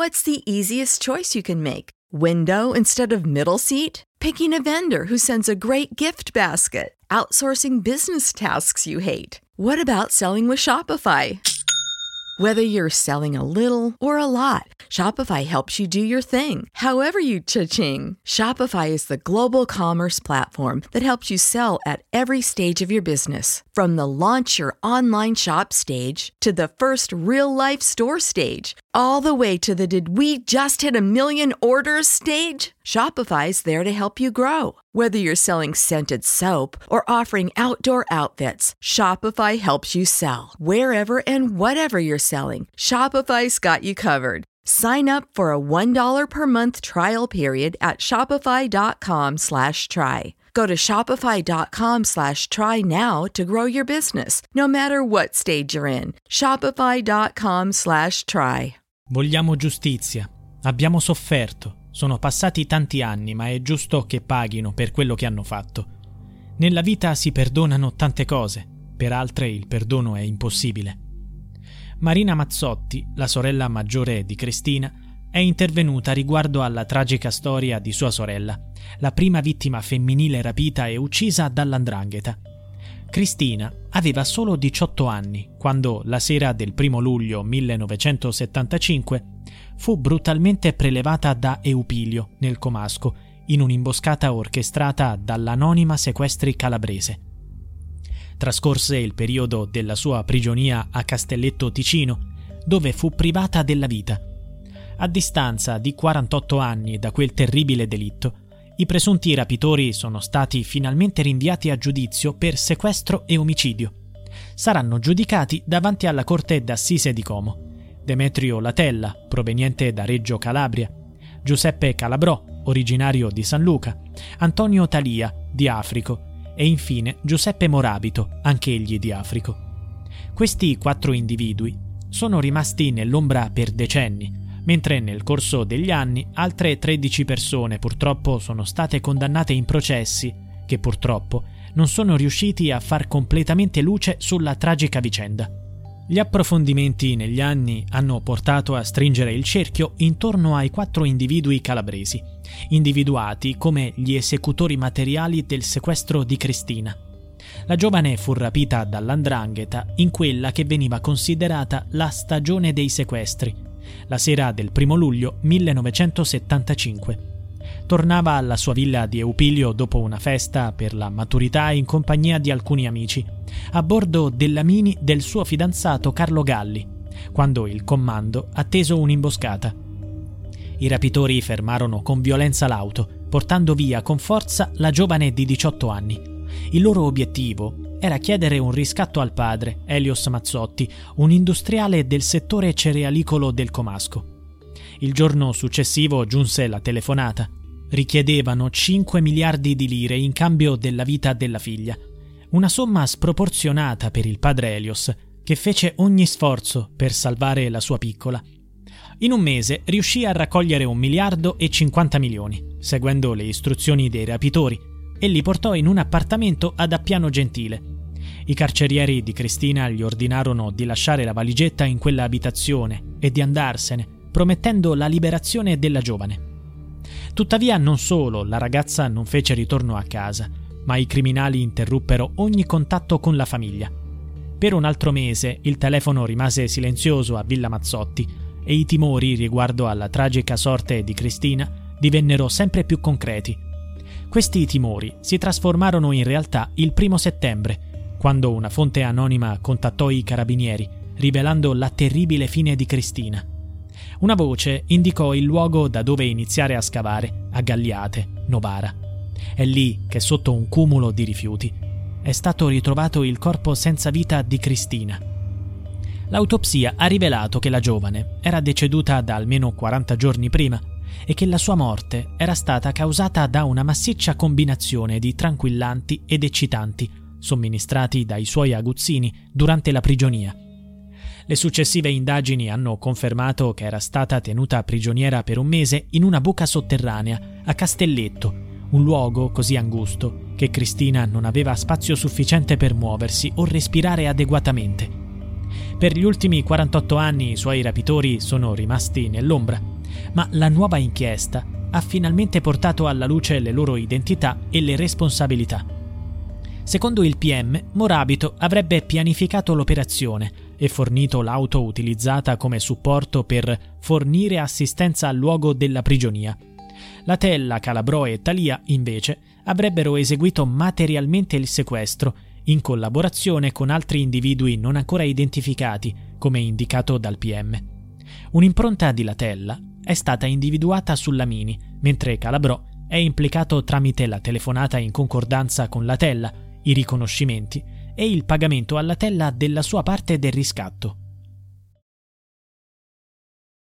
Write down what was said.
What's the easiest choice you can make? Window instead of middle seat? Picking a vendor who sends a great gift basket? Outsourcing business tasks you hate? What about selling with Shopify? Whether you're selling a little or a lot, Shopify helps you do your thing, however you cha-ching. Shopify is the global commerce platform that helps you sell at every stage of your business. From the launch your online shop stage to the first real-life store stage, all the way to the did we just hit a million orders stage. Shopify's there to help you grow. Whether you're selling scented soap or offering outdoor outfits, Shopify helps you sell. Wherever and whatever you're selling, Shopify's got you covered. Sign up for a $1 per month trial period at shopify.com/try. Go to shopify.com/try now to grow your business, no matter what stage you're in. Shopify.com/try. Vogliamo giustizia. Abbiamo sofferto. Sono passati tanti anni, ma è giusto che paghino per quello che hanno fatto. Nella vita si perdonano tante cose, per altre il perdono è impossibile. Marina Mazzotti, la sorella maggiore di Cristina, è intervenuta riguardo alla tragica storia di sua sorella, la prima vittima femminile rapita e uccisa dall''ndrangheta. Cristina aveva solo 18 anni quando, la sera del 1 luglio 1975, fu brutalmente prelevata da Eupilio, nel comasco, in un'imboscata orchestrata dall'anonima Sequestri Calabrese. Trascorse il periodo della sua prigionia a Castelletto Ticino, dove fu privata della vita. A distanza di 48 anni da quel terribile delitto, i presunti rapitori sono stati finalmente rinviati a giudizio per sequestro e omicidio. Saranno giudicati davanti alla Corte d'Assise di Como. Demetrio Latella, proveniente da Reggio Calabria, Giuseppe Calabrò, originario di San Luca, Antonio Talia, di Africo, e infine Giuseppe Morabito, anch'egli di Africo. Questi 4 individui sono rimasti nell'ombra per decenni, mentre nel corso degli anni altre 13 persone purtroppo sono state condannate in processi che purtroppo non sono riusciti a far completamente luce sulla tragica vicenda. Gli approfondimenti negli anni hanno portato a stringere il cerchio intorno ai 4 individui calabresi, individuati come gli esecutori materiali del sequestro di Cristina. La giovane fu rapita dall''ndrangheta in quella che veniva considerata la stagione dei sequestri, la sera del 1 luglio 1975. Tornava alla sua villa di Eupilio dopo una festa per la maturità in compagnia di alcuni amici, a bordo della Mini del suo fidanzato Carlo Galli, quando il comando ha teso un'imboscata. I rapitori fermarono con violenza l'auto, portando via con forza la giovane di 18 anni. Il loro obiettivo era chiedere un riscatto al padre, Elios Mazzotti, un industriale del settore cerealicolo del comasco. Il giorno successivo giunse la telefonata. Richiedevano 5 miliardi di lire in cambio della vita della figlia. Una somma sproporzionata per il padre Elios, che fece ogni sforzo per salvare la sua piccola. In un mese riuscì a raccogliere 1 miliardo e 50 milioni, seguendo le istruzioni dei rapitori, e li portò in un appartamento ad Appiano Gentile. I carcerieri di Cristina gli ordinarono di lasciare la valigetta in quella abitazione e di andarsene, promettendo la liberazione della giovane. Tuttavia non solo la ragazza non fece ritorno a casa, ma i criminali interruppero ogni contatto con la famiglia. Per un altro mese il telefono rimase silenzioso a Villa Mazzotti e i timori riguardo alla tragica sorte di Cristina divennero sempre più concreti. Questi timori si trasformarono in realtà il 1 settembre, quando una fonte anonima contattò i carabinieri, rivelando la terribile fine di Cristina. Una voce indicò il luogo da dove iniziare a scavare, a Galliate, Novara. È lì che sotto un cumulo di rifiuti è stato ritrovato il corpo senza vita di Cristina. L'autopsia ha rivelato che la giovane era deceduta da almeno 40 giorni prima e che la sua morte era stata causata da una massiccia combinazione di tranquillanti ed eccitanti somministrati dai suoi aguzzini durante la prigionia. Le successive indagini hanno confermato che era stata tenuta prigioniera per un mese in una buca sotterranea a Castelletto, un luogo così angusto che Cristina non aveva spazio sufficiente per muoversi o respirare adeguatamente. Per gli ultimi 48 anni i suoi rapitori sono rimasti nell'ombra. Ma la nuova inchiesta ha finalmente portato alla luce le loro identità e le responsabilità. Secondo il PM, Morabito avrebbe pianificato l'operazione e fornito l'auto utilizzata come supporto per fornire assistenza al luogo della prigionia. Latella, Calabrò e Thalia, invece, avrebbero eseguito materialmente il sequestro in collaborazione con altri individui non ancora identificati, come indicato dal PM. Un'impronta di Latella è stata individuata sulla Mini, mentre Calabrò è implicato tramite la telefonata in concordanza con Latella, i riconoscimenti e il pagamento a Latella della sua parte del riscatto.